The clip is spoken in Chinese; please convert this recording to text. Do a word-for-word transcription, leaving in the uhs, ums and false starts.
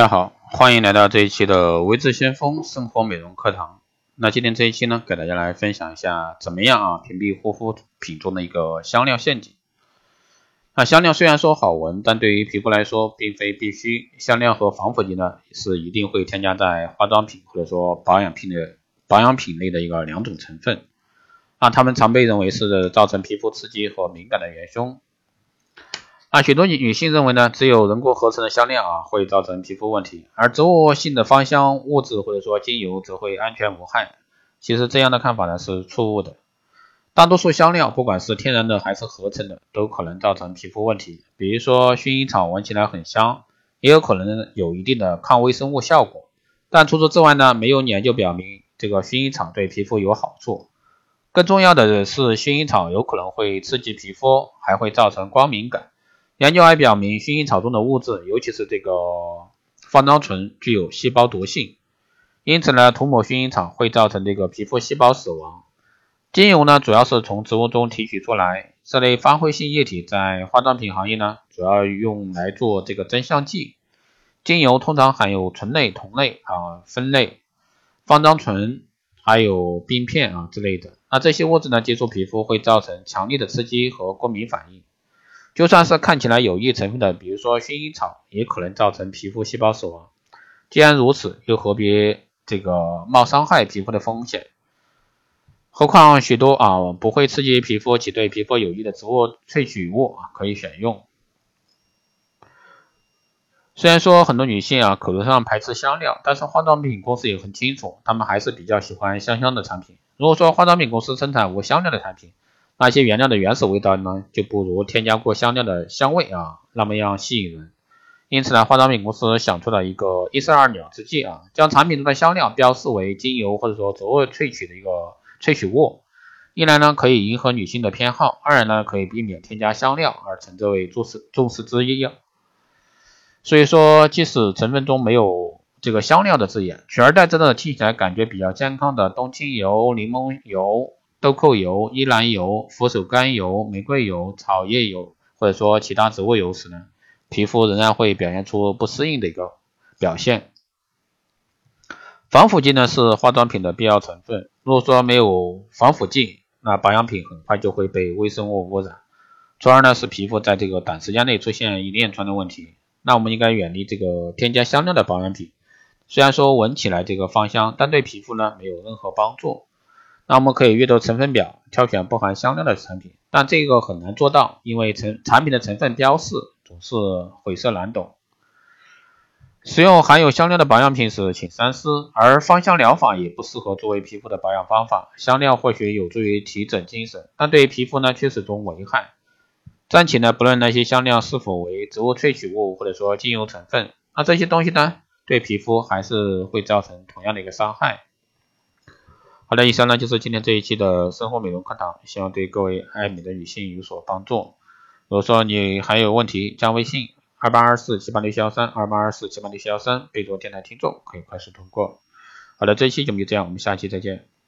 家好，欢迎来到这一期的微智先锋生活美容课堂。那今天这一期呢，给大家来分享一下怎么样啊屏蔽护肤品中的一个香料陷阱。那香料虽然说好闻，但对于皮肤来说并非必须。香料和防腐剂呢是一定会添加在化妆品或者说保养品的保养品类的一个两种成分。那它们常被认为是造成皮肤刺激和敏感的元凶。啊，许多女性认为呢，只有人工合成的香料啊会造成皮肤问题，而植物性的芳香物质或者说精油则会安全无害。其实这样的看法呢是错误的。大多数香料，不管是天然的还是合成的，都可能造成皮肤问题。比如说薰衣草闻起来很香，也有可能有一定的抗微生物效果。但除此之外呢，没有研究表明这个薰衣草对皮肤有好处。更重要的是，薰衣草有可能会刺激皮肤，还会造成光敏感。研究还表明，薰衣草中的物质，尤其是这个芳樟醇，具有细胞毒性，因此呢，涂抹薰衣草会造成这个皮肤细胞死亡。精油呢，主要是从植物中提取出来，这类发挥性液体在化妆品行业呢，主要用来做这个增香剂。精油通常含有醇类、酮类啊、酚类、芳樟醇，还有冰片啊之类的。那这些物质呢，接触皮肤会造成强烈的刺激和过敏反应。就算是看起来有益成分的，比如说薰衣草，也可能造成皮肤细胞死亡。既然如此，又何必这个冒伤害皮肤的风险？何况许多啊不会刺激皮肤且对皮肤有益的植物萃取物啊可以选用。虽然说很多女性啊口头上排斥香料，但是化妆品公司也很清楚，她们还是比较喜欢香香的产品。如果说化妆品公司生产无香料的产品，那些原料的原始味道呢，就不如添加过香料的香味啊那么样吸引人。因此呢，化妆品公司想出了一个一石二鸟之计啊，将产品中的香料标示为精油或者说植物萃取的一个萃取物。一来呢可以迎合女性的偏好，二来呢可以避免添加香料而成这为重视重视之一。所以说，即使成分中没有这个香料的字眼，取而代之的听起来感觉比较健康的冬青油、柠檬油、豆蔻油、依兰油、佛手柑油、玫瑰油、草叶油或者说其他植物油时呢，皮肤仍然会表现出不适应的一个表现。防腐剂呢是化妆品的必要成分，如果说没有防腐剂，那保养品很快就会被微生物污染，从而呢使皮肤在这个短时间内出现一连串的问题。那我们应该远离这个添加香料的保养品，虽然说闻起来这个芳香，但对皮肤呢没有任何帮助。那我们可以阅读成分表，挑选不含香料的产品，但这个很难做到，因为成产品的成分标示总是晦涩难懂。使用含有香料的保养品时请三思，而芳香疗法也不适合作为皮肤的保养方法。香料或许有助于提振精神，但对于皮肤呢却是种危害。暂且呢不论那些香料是否为植物萃取物或者说精油成分，那这些东西呢对皮肤还是会造成同样的一个伤害。好的，以上呢就是今天这一期的生活美容课堂，希望对各位爱美的女性有所帮助。如果说你还有问题，加微信二八二四七八六七一三 二八二四七八六七一三，备注电台听众，可以快速通过。好的，这一期节目就这样，我们下期再见。